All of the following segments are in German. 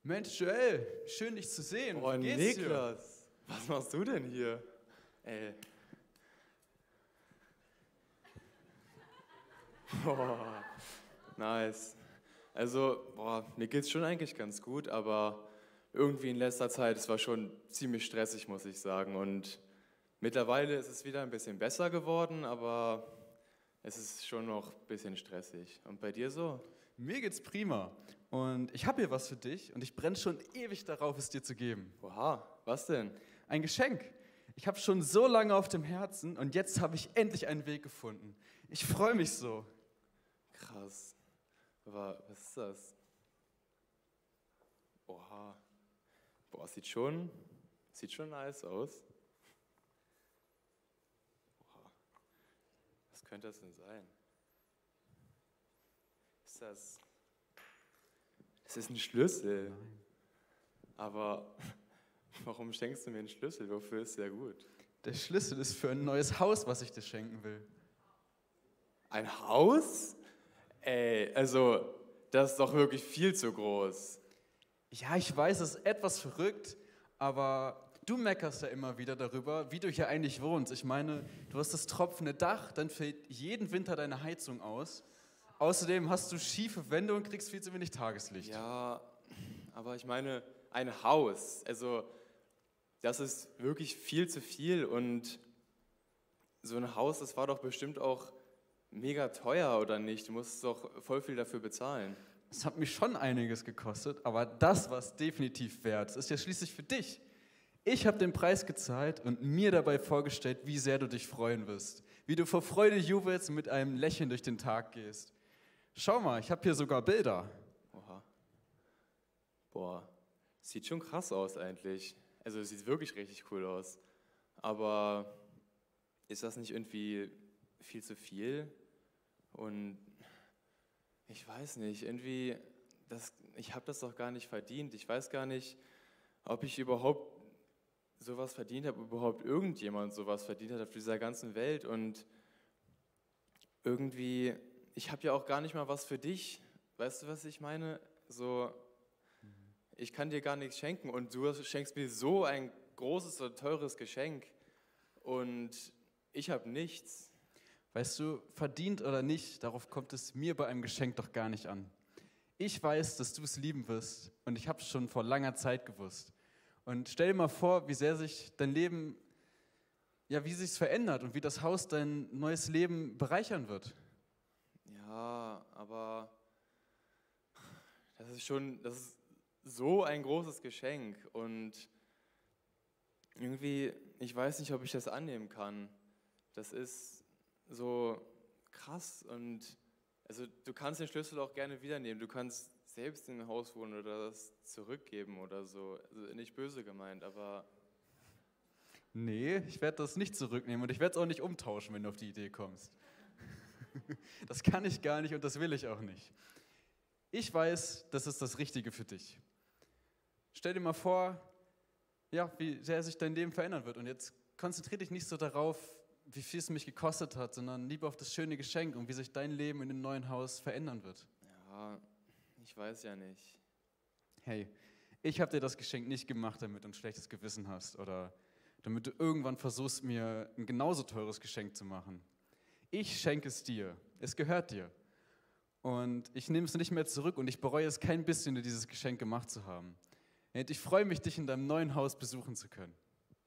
Mensch, Joel, schön dich zu sehen. Oh, Wie geht's dir? Niklas, was machst du denn hier? Ey. Boah, nice. Also, mir geht's schon eigentlich ganz gut, aber irgendwie in letzter Zeit, es war schon ziemlich stressig, muss ich sagen. Und mittlerweile ist es wieder ein bisschen besser geworden, aber es ist schon noch ein bisschen stressig. Und bei dir so? Mir geht's prima. Und ich habe hier was für dich und ich brenne schon ewig darauf, es dir zu geben. Oha, was denn? Ein Geschenk. Ich habe schon so lange auf dem Herzen und jetzt habe ich endlich einen Weg gefunden. Ich freue mich so. Krass. Aber was ist das? Oha. Boah, sieht schon nice aus. Oha. Was könnte das denn sein? Ist das? Es ist ein Schlüssel. Nein. Aber warum schenkst du mir einen Schlüssel? Wofür ist der gut? Der Schlüssel ist für ein neues Haus, was ich dir schenken will. Ein Haus? Ey, also, das ist doch wirklich viel zu groß. Ja, ich weiß, es ist etwas verrückt, aber du meckerst ja immer wieder darüber, wie du hier eigentlich wohnst. Ich meine, du hast das tropfende Dach, dann fällt jeden Winter deine Heizung aus. Außerdem hast du schiefe Wände und kriegst viel zu wenig Tageslicht. Ja, aber ich meine, ein Haus, also das ist wirklich viel zu viel und so ein Haus, das war doch bestimmt auch mega teuer, oder nicht? Du musst doch voll viel dafür bezahlen. Es hat mich schon einiges gekostet, aber das war es definitiv wert. Es ist ja schließlich für dich. Ich habe den Preis gezahlt und mir dabei vorgestellt, wie sehr du dich freuen wirst. Wie du vor Freude jubelst und mit einem Lächeln durch den Tag gehst. Schau mal, ich habe hier sogar Bilder. Oha. Boah, sieht schon krass aus eigentlich. Also es sieht wirklich richtig cool aus. Aber ist das nicht irgendwie viel zu viel? Und ich weiß nicht, irgendwie, ich habe das doch gar nicht verdient. Ich weiß gar nicht, ob ich überhaupt sowas verdient habe, überhaupt irgendjemand sowas verdient hat auf dieser ganzen Welt. Und irgendwie, ich habe ja auch gar nicht mal was für dich. Weißt du, was ich meine? So, ich kann dir gar nichts schenken und du schenkst mir so ein großes oder teures Geschenk und ich habe nichts. Weißt du, verdient oder nicht, darauf kommt es mir bei einem Geschenk doch gar nicht an. Ich weiß, dass du es lieben wirst und ich habe es schon vor langer Zeit gewusst. Und stell dir mal vor, wie sehr sich dein Leben, ja, wie sich es verändert und wie das Haus dein neues Leben bereichern wird. Ja, aber das ist so ein großes Geschenk und irgendwie, ich weiß nicht, ob ich das annehmen kann. Das ist so krass und also du kannst den Schlüssel auch gerne wiedernehmen. Du kannst selbst in ein Haus wohnen oder das zurückgeben oder so. Also nicht böse gemeint, aber Nee, ich werde das nicht zurücknehmen und ich werde es auch nicht umtauschen, wenn du auf die Idee kommst. Das kann ich gar nicht und das will ich auch nicht. Ich weiß, das ist das Richtige für dich. Stell dir mal vor, ja, wie sehr sich dein Leben verändern wird. Und jetzt konzentriere dich nicht so darauf, wie viel es mich gekostet hat, sondern lieber auf das schöne Geschenk und wie sich dein Leben in dem neuen Haus verändern wird. ja, ich weiß ja nicht. Hey, ich habe dir das Geschenk nicht gemacht, damit du ein schlechtes Gewissen hast oder damit du irgendwann versuchst, mir ein genauso teures Geschenk zu machen. Ich schenke es dir. Es gehört dir. Und ich nehme es nicht mehr zurück und ich bereue es kein bisschen, dir dieses Geschenk gemacht zu haben. Und ich freue mich, dich in deinem neuen Haus besuchen zu können.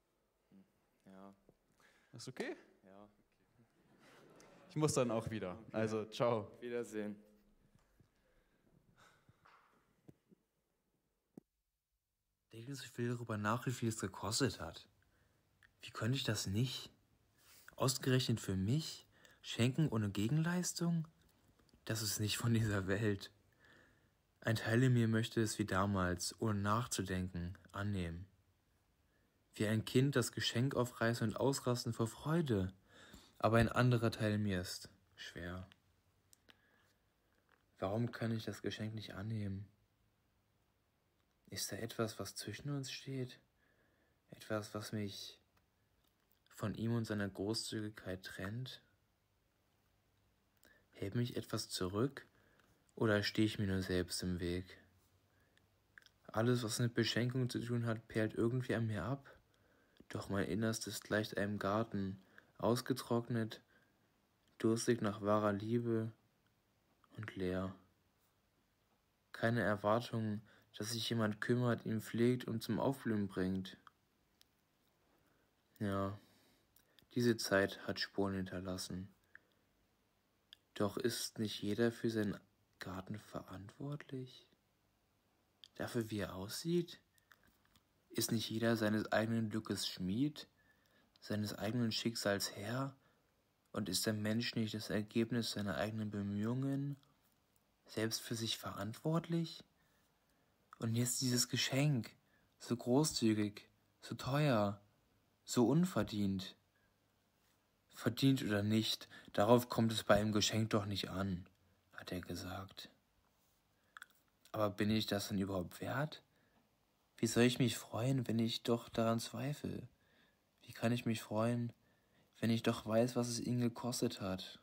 Ja, Ist okay? ja. Ich muss dann auch wieder. Okay. Also, ciao. Wiedersehen. Denken Sie viel darüber nach, wie viel es gekostet hat. Wie könnte ich das nicht? Ausgerechnet für mich? Schenken ohne Gegenleistung? Das ist nicht von dieser Welt. Ein Teil in mir möchte es wie damals, ohne nachzudenken, annehmen. Wie ein Kind das Geschenk aufreißen und ausrasten vor Freude. Aber ein anderer Teil in mir ist schwer. Warum kann ich das Geschenk nicht annehmen? Ist da etwas, was zwischen uns steht? Etwas, was mich von ihm und seiner Großzügigkeit trennt? Hält mich etwas zurück oder stehe ich mir nur selbst im Weg? Alles, was mit Beschenkung zu tun hat, perlt irgendwie an mir ab. Doch mein Innerstes gleicht einem Garten, ausgetrocknet, durstig nach wahrer Liebe und leer. Keine Erwartung, dass sich jemand kümmert, ihn pflegt und zum Aufblühen bringt. Ja, diese Zeit hat Spuren hinterlassen. Doch ist nicht jeder für seinen Garten verantwortlich? Dafür, wie er aussieht? Ist nicht jeder seines eigenen Glückes Schmied, seines eigenen Schicksals Herr? Und ist der Mensch nicht das Ergebnis seiner eigenen Bemühungen, selbst für sich verantwortlich? Und jetzt dieses Geschenk, so großzügig, so teuer, so unverdient. Verdient oder nicht, darauf kommt es bei einem Geschenk doch nicht an, hat er gesagt. Aber bin ich das denn überhaupt wert? Wie soll ich mich freuen, wenn ich doch daran zweifle? Wie kann ich mich freuen, wenn ich doch weiß, was es ihn gekostet hat?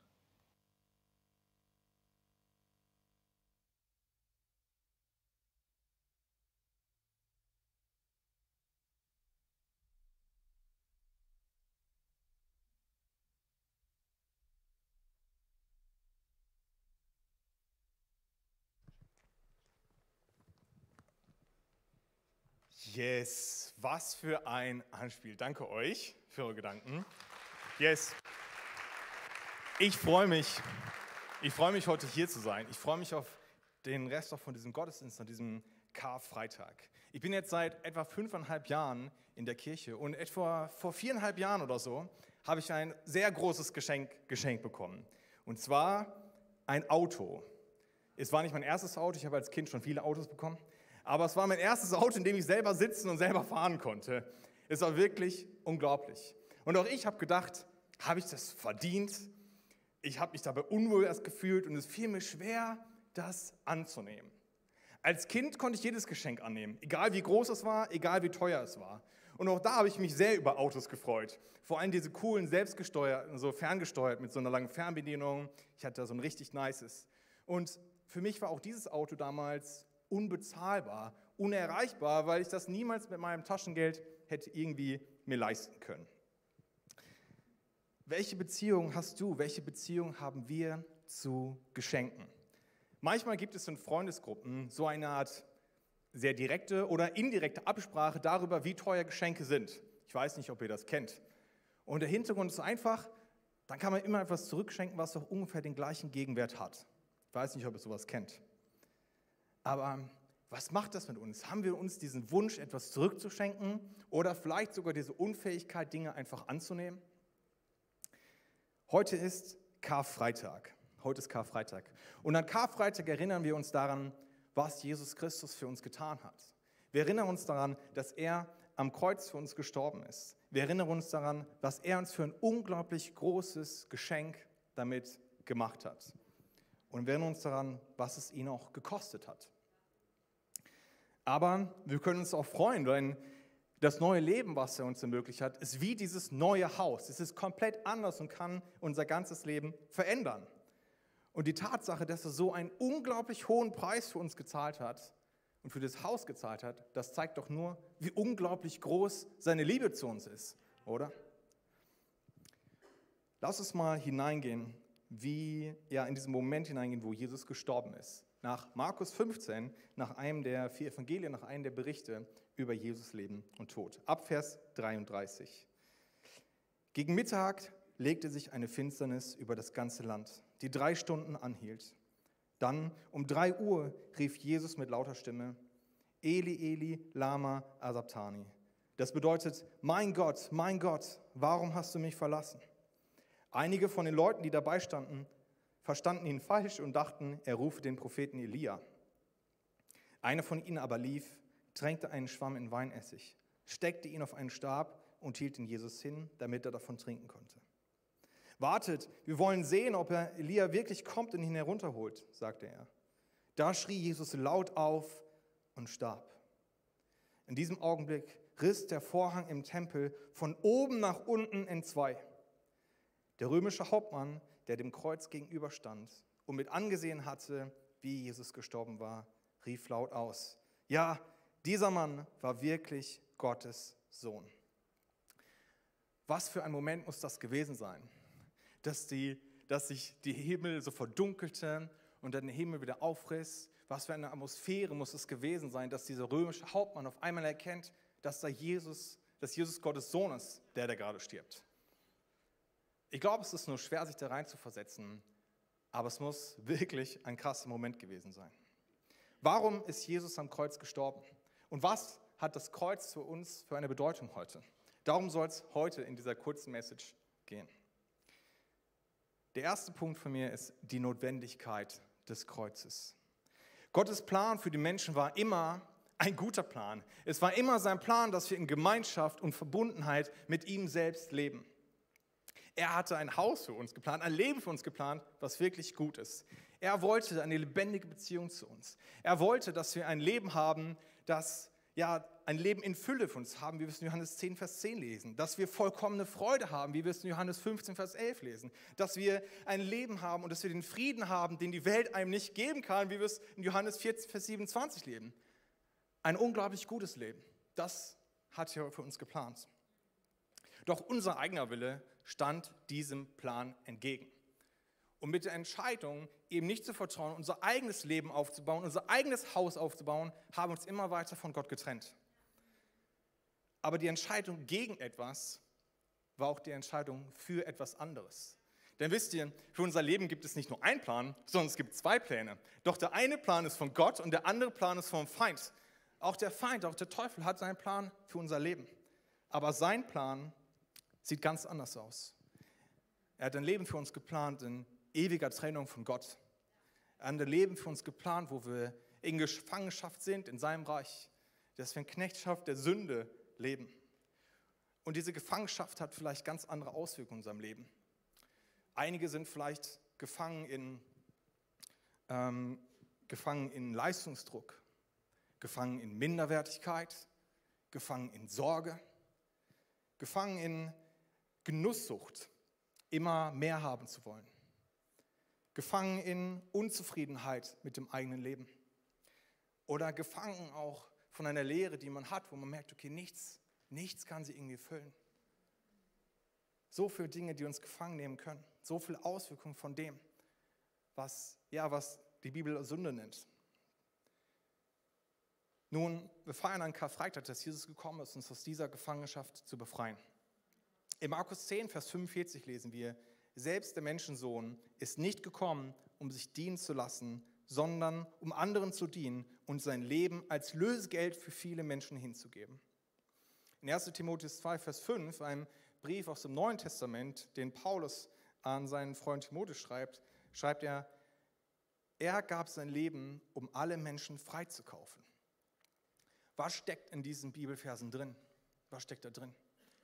Yes, was für ein Anspiel. Danke euch für eure Gedanken. Yes. Ich freue mich heute hier zu sein. Ich freue mich auf den Rest auch von diesem Gottesdienst, an diesem Karfreitag. Ich bin jetzt seit etwa 5,5 Jahren in der Kirche und etwa vor 4,5 Jahren oder so habe ich ein sehr großes Geschenk bekommen. Und zwar ein Auto. Es war nicht mein erstes Auto, ich habe als Kind schon viele Autos bekommen. Aber es war mein erstes Auto, in dem ich selber sitzen und selber fahren konnte. Es war wirklich unglaublich. Und auch ich habe gedacht, habe ich das verdient? Ich habe mich dabei unwohl erst gefühlt und es fiel mir schwer, das anzunehmen. Als Kind konnte ich jedes Geschenk annehmen, egal wie groß es war, egal wie teuer es war. Und auch da habe ich mich sehr über Autos gefreut. Vor allem diese coolen, selbstgesteuerten, so ferngesteuert mit so einer langen Fernbedienung. Ich hatte da so ein richtig nices. Und für mich war auch dieses Auto damals unbezahlbar, unerreichbar, weil ich das niemals mit meinem Taschengeld hätte irgendwie mir leisten können. Welche Beziehung hast du, welche Beziehung haben wir zu Geschenken? Manchmal gibt es in Freundesgruppen so eine Art sehr direkte oder indirekte Absprache darüber, wie teuer Geschenke sind. Ich weiß nicht, ob ihr das kennt. Und der Hintergrund ist einfach, dann kann man immer etwas zurückschenken, was doch ungefähr den gleichen Gegenwert hat. Ich weiß nicht, ob ihr sowas kennt. Aber was macht das mit uns? Haben wir uns diesen Wunsch, etwas zurückzuschenken oder vielleicht sogar diese Unfähigkeit, Dinge einfach anzunehmen? Heute ist Karfreitag. Und an Karfreitag erinnern wir uns daran, was Jesus Christus für uns getan hat. Wir erinnern uns daran, dass er am Kreuz für uns gestorben ist. Wir erinnern uns daran, was er uns für ein unglaublich großes Geschenk damit gemacht hat. Und wir erinnern uns daran, was es ihn auch gekostet hat. Aber wir können uns auch freuen, denn das neue Leben, was er uns ermöglicht hat, ist wie dieses neue Haus. Es ist komplett anders und kann unser ganzes Leben verändern. Und die Tatsache, dass er so einen unglaublich hohen Preis für uns gezahlt hat und für das Haus gezahlt hat, das zeigt doch nur, wie unglaublich groß seine Liebe zu uns ist, oder? Lass uns mal hineingehen, in diesen Moment hineingehen, wo Jesus gestorben ist. Nach Markus 15, nach einem der 4 Evangelien, nach einem der Berichte über Jesus Leben und Tod. Ab Vers 33. Gegen Mittag legte sich eine Finsternis über das ganze Land, die 3 Stunden anhielt. Dann um 3 Uhr rief Jesus mit lauter Stimme, Eli, Eli, lama sabachthani. Das bedeutet, mein Gott, warum hast du mich verlassen? Einige von den Leuten, die dabei standen, verstanden ihn falsch und dachten, er rufe den Propheten Elia. Einer von ihnen aber lief, tränkte einen Schwamm in Weinessig, steckte ihn auf einen Stab und hielt ihn Jesus hin, damit er davon trinken konnte. Wartet, wir wollen sehen, ob Elia wirklich kommt und ihn herunterholt, sagte er. Da schrie Jesus laut auf und starb. In diesem Augenblick riss der Vorhang im Tempel von oben nach unten in 2. Der römische Hauptmann, der dem Kreuz gegenüberstand und mit angesehen hatte, wie Jesus gestorben war, rief laut aus, ja, Dieser Mann war wirklich Gottes Sohn. Was für ein Moment muss das gewesen sein, dass sich die Himmel so verdunkelte und dann der Himmel wieder aufriss. Was für eine Atmosphäre muss es gewesen sein, dass dieser römische Hauptmann auf einmal erkennt, dass Jesus Gottes Sohn ist, der gerade stirbt. Ich glaube, es ist nur schwer, sich da rein zu versetzen, aber es muss wirklich ein krasser Moment gewesen sein. Warum ist Jesus am Kreuz gestorben? Und was hat das Kreuz für uns für eine Bedeutung heute? Darum soll es heute in dieser kurzen Message gehen. Der erste Punkt von mir ist die Notwendigkeit des Kreuzes. Gottes Plan für die Menschen war immer ein guter Plan. Es war immer sein Plan, dass wir in Gemeinschaft und Verbundenheit mit ihm selbst leben. Er hatte ein Haus für uns geplant, ein Leben für uns geplant, was wirklich gut ist. Er wollte eine lebendige Beziehung zu uns. Er wollte, dass wir ein Leben haben, ein Leben in Fülle für uns haben, wie wir es in Johannes 10, Vers 10 lesen. Dass wir vollkommene Freude haben, wie wir es in Johannes 15, Vers 11 lesen. Dass wir ein Leben haben und dass wir den Frieden haben, den die Welt einem nicht geben kann, wie wir es in Johannes 14, Vers 27 leben. Ein unglaublich gutes Leben. Das hat er für uns geplant. Doch unser eigener Wille stand diesem Plan entgegen. Und mit der Entscheidung, eben nicht zu vertrauen, unser eigenes Leben aufzubauen, unser eigenes Haus aufzubauen, haben wir uns immer weiter von Gott getrennt. Aber die Entscheidung gegen etwas war auch die Entscheidung für etwas anderes. Denn wisst ihr, für unser Leben gibt es nicht nur einen Plan, sondern es gibt zwei Pläne. Doch der eine Plan ist von Gott und der andere Plan ist vom Feind. Auch der Feind, auch der Teufel hat seinen Plan für unser Leben. Aber sein Plan sieht ganz anders aus. Er hat ein Leben für uns geplant in ewiger Trennung von Gott. Er hat ein Leben für uns geplant, wo wir in Gefangenschaft sind in seinem Reich, dass wir in Knechtschaft der Sünde leben. Und diese Gefangenschaft hat vielleicht ganz andere Auswirkungen in unserem Leben. Einige sind vielleicht gefangen in Leistungsdruck, gefangen in Minderwertigkeit, gefangen in Sorge, gefangen in Genusssucht, immer mehr haben zu wollen. Gefangen in Unzufriedenheit mit dem eigenen Leben. Oder gefangen auch von einer Lehre, die man hat, wo man merkt, okay, nichts kann sie irgendwie füllen. So viele Dinge, die uns gefangen nehmen können. So viele Auswirkungen von dem, was die Bibel Sünde nennt. Nun, wir feiern an Karfreitag, dass Jesus gekommen ist, uns aus dieser Gefangenschaft zu befreien. In Markus 10, Vers 45 lesen wir, selbst der Menschensohn ist nicht gekommen, um sich dienen zu lassen, sondern um anderen zu dienen und sein Leben als Lösegeld für viele Menschen hinzugeben. In 1. Timotheus 2, Vers 5, einem Brief aus dem Neuen Testament, den Paulus an seinen Freund Timotheus schreibt er gab sein Leben, um alle Menschen freizukaufen. Was steckt in diesen Bibelversen drin? Was steckt da drin?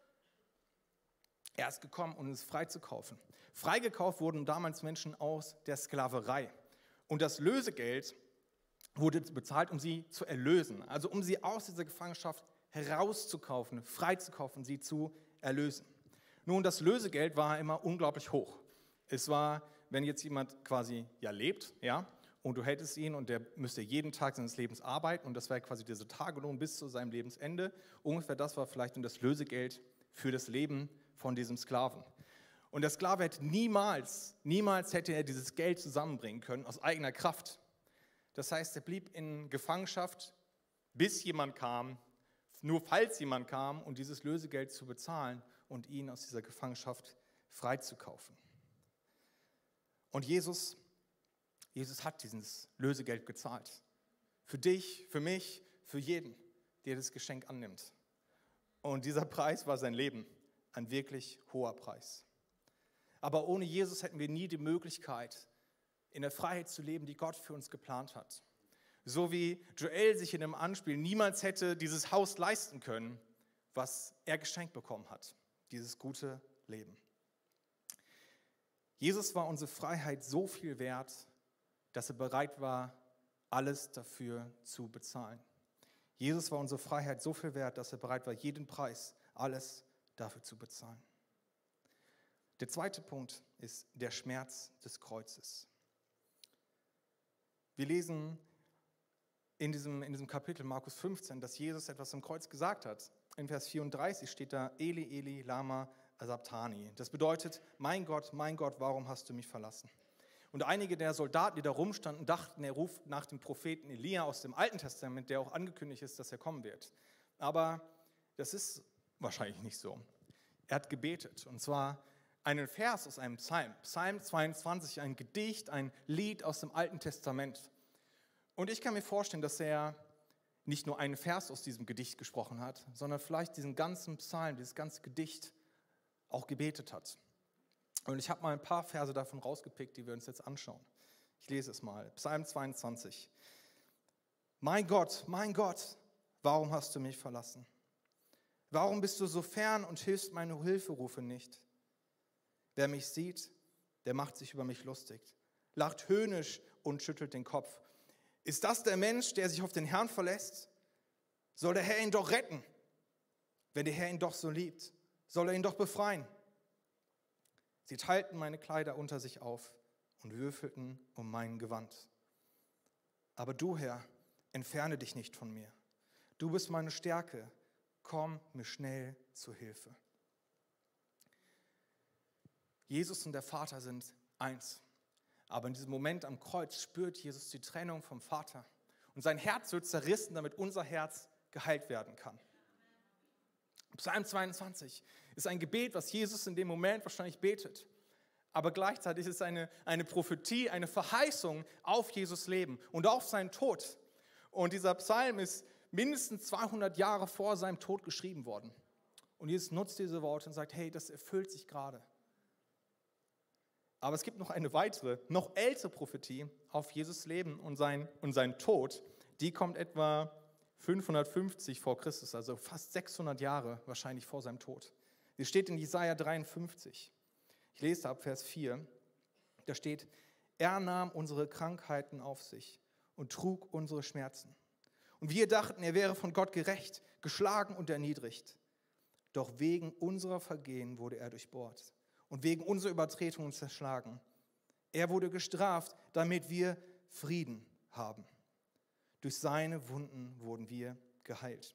Er ist gekommen, um uns freizukaufen. Freigekauft wurden damals Menschen aus der Sklaverei. Und das Lösegeld wurde bezahlt, um sie zu erlösen. Also um sie aus dieser Gefangenschaft herauszukaufen, freizukaufen, sie zu erlösen. Nun, das Lösegeld war immer unglaublich hoch. Es war, wenn jetzt jemand quasi lebt, und du hättest ihn und der müsste jeden Tag seines Lebens arbeiten und das wäre quasi dieser Tagelohn bis zu seinem Lebensende. Ungefähr das war vielleicht das Lösegeld für das Leben von diesem Sklaven. Und der Sklave hätte niemals hätte er dieses Geld zusammenbringen können aus eigener Kraft. Das heißt, er blieb in Gefangenschaft, bis jemand kam, nur falls jemand kam, um dieses Lösegeld zu bezahlen und ihn aus dieser Gefangenschaft freizukaufen. Und Jesus hat dieses Lösegeld gezahlt. Für dich, für mich, für jeden, der das Geschenk annimmt. Und dieser Preis war sein Leben. Ein wirklich hoher Preis. Aber ohne Jesus hätten wir nie die Möglichkeit, in der Freiheit zu leben, die Gott für uns geplant hat. So wie Joel sich in dem Anspiel niemals hätte dieses Haus leisten können, was er geschenkt bekommen hat. Dieses gute Leben. Jesus war unsere Freiheit so viel wert, dass er bereit war, alles dafür zu bezahlen. Jesus war unsere Freiheit so viel wert, dass er bereit war, jeden Preis, alles dafür zu bezahlen. Der zweite Punkt ist der Schmerz des Kreuzes. Wir lesen in diesem Kapitel Markus 15, dass Jesus etwas am Kreuz gesagt hat. In Vers 34 steht da, Eli, Eli, lama sabachthani. Das bedeutet, mein Gott, warum hast du mich verlassen? Und einige der Soldaten, die da rumstanden, dachten, er ruft nach dem Propheten Elia aus dem Alten Testament, der auch angekündigt ist, dass er kommen wird. Aber das ist wahrscheinlich nicht so. Er hat gebetet, und zwar einen Vers aus einem Psalm, Psalm 22, ein Gedicht, ein Lied aus dem Alten Testament. Und ich kann mir vorstellen, dass er nicht nur einen Vers aus diesem Gedicht gesprochen hat, sondern vielleicht diesen ganzen Psalm, dieses ganze Gedicht auch gebetet hat. Und ich habe mal ein paar Verse davon rausgepickt, die wir uns jetzt anschauen. Ich lese es mal. Psalm 22. Mein Gott, warum hast du mich verlassen? Warum bist du so fern und hilfst meine Hilferufe nicht? Wer mich sieht, der macht sich über mich lustig, lacht höhnisch und schüttelt den Kopf. Ist das der Mensch, der sich auf den Herrn verlässt? Soll der Herr ihn doch retten? Wenn der Herr ihn doch so liebt, soll er ihn doch befreien. Sie teilten meine Kleider unter sich auf und würfelten um mein Gewand. Aber du, Herr, entferne dich nicht von mir. Du bist meine Stärke. Komm mir schnell zu Hilfe. Jesus und der Vater sind eins. Aber in diesem Moment am Kreuz spürt Jesus die Trennung vom Vater. Und sein Herz wird zerrissen, damit unser Herz geheilt werden kann. Psalm 22 ist ein Gebet, was Jesus in dem Moment wahrscheinlich betet. Aber gleichzeitig ist es eine Prophetie, eine Verheißung auf Jesus Leben und auf seinen Tod. Und dieser Psalm ist mindestens 200 Jahre vor seinem Tod geschrieben worden. Und Jesus nutzt diese Worte und sagt, hey, das erfüllt sich gerade. Aber es gibt noch eine weitere, noch ältere Prophetie auf Jesus Leben und seinen Tod. Die kommt etwa 550 vor Christus, also fast 600 Jahre wahrscheinlich vor seinem Tod. Sie steht in Jesaja 53. Ich lese ab Vers 4. Da steht, er nahm unsere Krankheiten auf sich und trug unsere Schmerzen. Und wir dachten, er wäre von Gott gerecht, geschlagen und erniedrigt. Doch wegen unserer Vergehen wurde er durchbohrt und wegen unserer Übertretungen zerschlagen. Er wurde gestraft, damit wir Frieden haben. Durch seine Wunden wurden wir geheilt.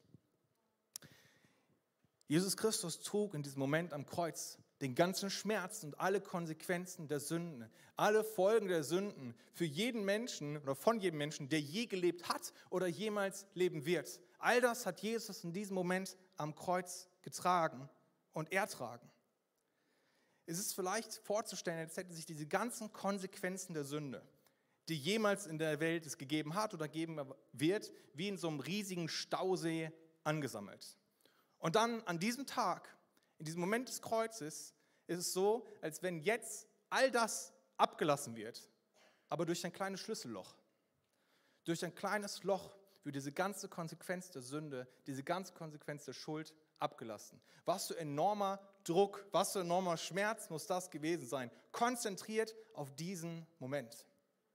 Jesus Christus trug in diesem Moment am Kreuz den ganzen Schmerz und alle Konsequenzen der Sünden, alle Folgen der Sünden für jeden Menschen oder von jedem Menschen, der je gelebt hat oder jemals leben wird. All das hat Jesus in diesem Moment am Kreuz getragen und ertragen. Es ist vielleicht vorzustellen, als hätten sich diese ganzen Konsequenzen der Sünde, die jemals in der Welt es gegeben hat oder geben wird, wie in so einem riesigen Stausee angesammelt. Und dann an diesem Tag, in diesem Moment des Kreuzes, ist es so, als wenn jetzt all das abgelassen wird, aber durch ein kleines Schlüsselloch. Durch ein kleines Loch wird diese ganze Konsequenz der Sünde, diese ganze Konsequenz der Schuld abgelassen. Was für enormer Druck, was für enormer Schmerz muss das gewesen sein, konzentriert auf diesen Moment.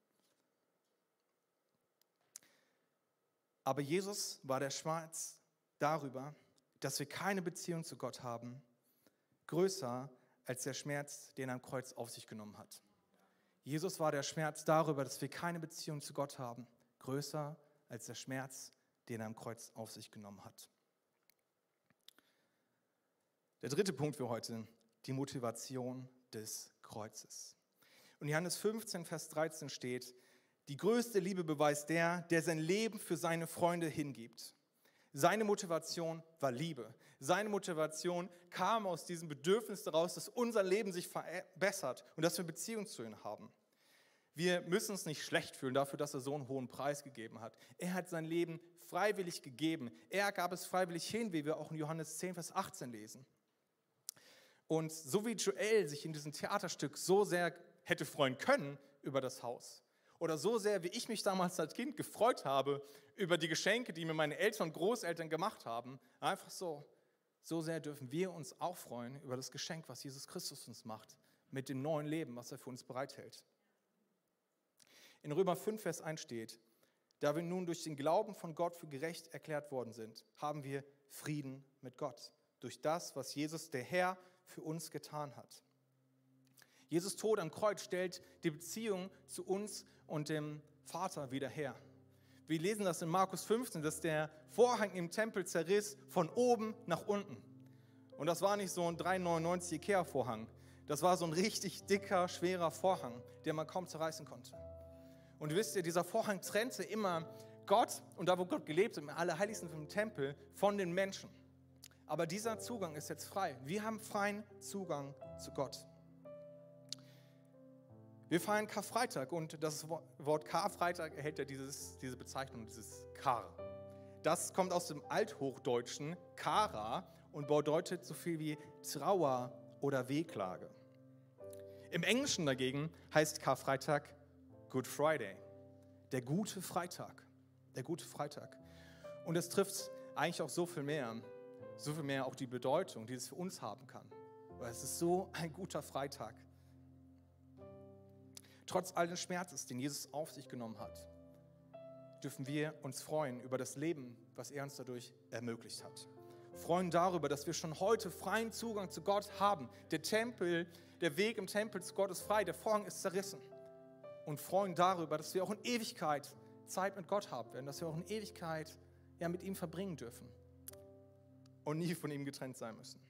Aber Jesus war der Schmerz darüber, dass wir keine Beziehung zu Gott haben, größer als der Schmerz, den er am Kreuz auf sich genommen hat. Jesus war der Schmerz darüber, dass wir keine Beziehung zu Gott haben, größer als der Schmerz, den er am Kreuz auf sich genommen hat. Der dritte Punkt für heute, die Motivation des Kreuzes. Und in Johannes 15, Vers 13 steht, die größte Liebe beweist der sein Leben für seine Freunde hingibt. Seine Motivation war Liebe. Seine Motivation kam aus diesem Bedürfnis daraus, dass unser Leben sich verbessert und dass wir Beziehung zu ihm haben. Wir müssen uns nicht schlecht fühlen dafür, dass er so einen hohen Preis gegeben hat. Er hat sein Leben freiwillig gegeben. Er gab es freiwillig hin, wie wir auch in Johannes 10, Vers 18 lesen. Und so wie Joel sich in diesem Theaterstück so sehr hätte freuen können über das Haus, oder so sehr, wie ich mich damals als Kind gefreut habe über die Geschenke, die mir meine Eltern und Großeltern gemacht haben, einfach so sehr dürfen wir uns auch freuen über das Geschenk, was Jesus Christus uns macht, mit dem neuen Leben, was er für uns bereithält. In Römer 5, Vers 1 steht, da wir nun durch den Glauben von Gott für gerecht erklärt worden sind, haben wir Frieden mit Gott, durch das, was Jesus, der Herr, für uns getan hat. Jesus Tod am Kreuz stellt die Beziehung zu uns und dem Vater wieder her. Wir lesen das in Markus 15, dass der Vorhang im Tempel zerriss von oben nach unten. Und das war nicht so ein 3,99 Ikea-Vorhang. Das war so ein richtig dicker, schwerer Vorhang, den man kaum zerreißen konnte. Und wisst ihr, dieser Vorhang trennte immer Gott und da, wo Gott gelebt hat, im Allerheiligsten vom Tempel, von den Menschen. Aber dieser Zugang ist jetzt frei. Wir haben freien Zugang zu Gott. Wir feiern Karfreitag und das Wort Karfreitag erhält ja diese Bezeichnung, dieses Kar. Das kommt aus dem Althochdeutschen Kara und bedeutet so viel wie Trauer oder Wehklage. Im Englischen dagegen heißt Karfreitag Good Friday, der gute Freitag, der gute Freitag. Und es trifft eigentlich auch so viel mehr auch die Bedeutung, die es für uns haben kann. Weil es ist so ein guter Freitag. Trotz all des Schmerzes, den Jesus auf sich genommen hat, dürfen wir uns freuen über das Leben, was er uns dadurch ermöglicht hat. Freuen darüber, dass wir schon heute freien Zugang zu Gott haben. Der Weg im Tempel zu Gott ist frei, der Vorhang ist zerrissen. Und freuen darüber, dass wir auch in Ewigkeit Zeit mit Gott haben werden, dass wir auch in Ewigkeit mit ihm verbringen dürfen und nie von ihm getrennt sein müssen.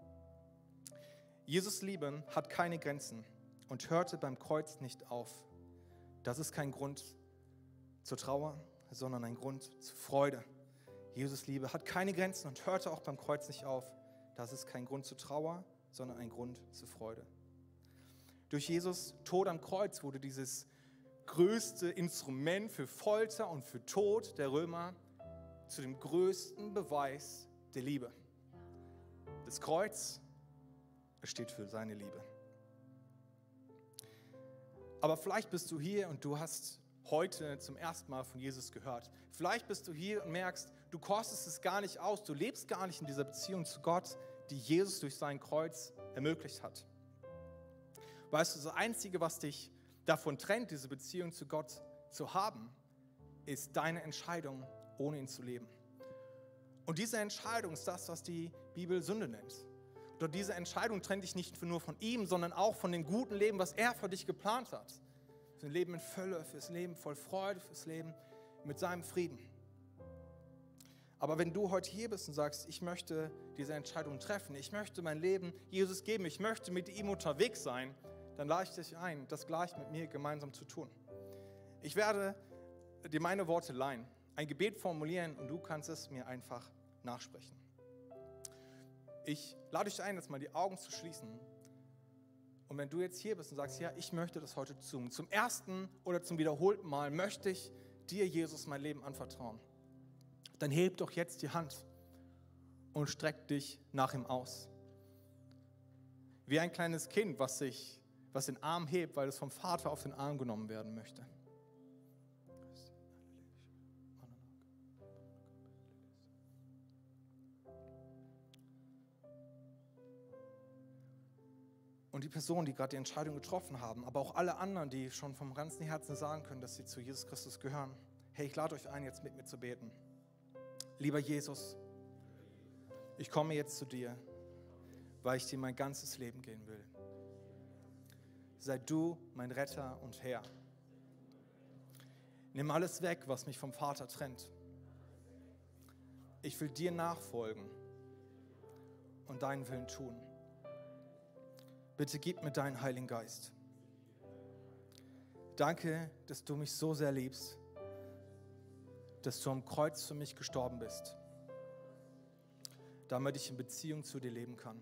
Jesus' Liebe hat keine Grenzen und hörte beim Kreuz nicht auf. Das ist kein Grund zur Trauer, sondern ein Grund zur Freude. Jesus' Liebe hat keine Grenzen und hörte auch beim Kreuz nicht auf. Das ist kein Grund zur Trauer, sondern ein Grund zur Freude. Durch Jesus Tod am Kreuz wurde dieses größte Instrument für Folter und für Tod der Römer zu dem größten Beweis der Liebe. Das Kreuz, es steht für seine Liebe. Aber vielleicht bist du hier und du hast heute zum ersten Mal von Jesus gehört. Vielleicht bist du hier und merkst, du kostest es gar nicht aus, du lebst gar nicht in dieser Beziehung zu Gott, die Jesus durch sein Kreuz ermöglicht hat. Weißt du, das Einzige, was dich davon trennt, diese Beziehung zu Gott zu haben, ist deine Entscheidung, ohne ihn zu leben. Und diese Entscheidung ist das, was die Bibel Sünde nennt. Doch diese Entscheidung trennt dich nicht nur von ihm, sondern auch von dem guten Leben, was er für dich geplant hat. Für ein Leben in Fülle, fürs Leben voll Freude, fürs Leben mit seinem Frieden. Aber wenn du heute hier bist und sagst, ich möchte diese Entscheidung treffen, ich möchte mein Leben Jesus geben, ich möchte mit ihm unterwegs sein, dann lade ich dich ein, das gleich mit mir gemeinsam zu tun. Ich werde dir meine Worte leihen, ein Gebet formulieren und du kannst es mir einfach nachsprechen. Ich lade dich ein, jetzt mal die Augen zu schließen. Und wenn du jetzt hier bist und sagst, ja, ich möchte das heute tun, zum ersten oder zum wiederholten Mal möchte ich dir, Jesus, mein Leben anvertrauen, dann heb doch jetzt die Hand und streck dich nach ihm aus. Wie ein kleines Kind, was den Arm hebt, weil es vom Vater auf den Arm genommen werden möchte. Und die Personen, die gerade die Entscheidung getroffen haben, aber auch alle anderen, die schon vom ganzen Herzen sagen können, dass sie zu Jesus Christus gehören. Hey, ich lade euch ein, jetzt mit mir zu beten. Lieber Jesus, ich komme jetzt zu dir, weil ich dir mein ganzes Leben geben will. Sei du mein Retter und Herr. Nimm alles weg, was mich vom Vater trennt. Ich will dir nachfolgen und deinen Willen tun. Bitte gib mir deinen Heiligen Geist. Danke, dass du mich so sehr liebst, dass du am Kreuz für mich gestorben bist, damit ich in Beziehung zu dir leben kann.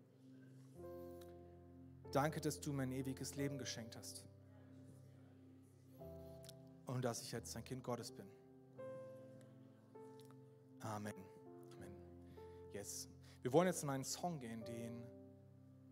Danke, dass du mir ein ewiges Leben geschenkt hast und dass ich jetzt ein Kind Gottes bin. Amen. Amen. Yes. Wir wollen jetzt in einen Song gehen, den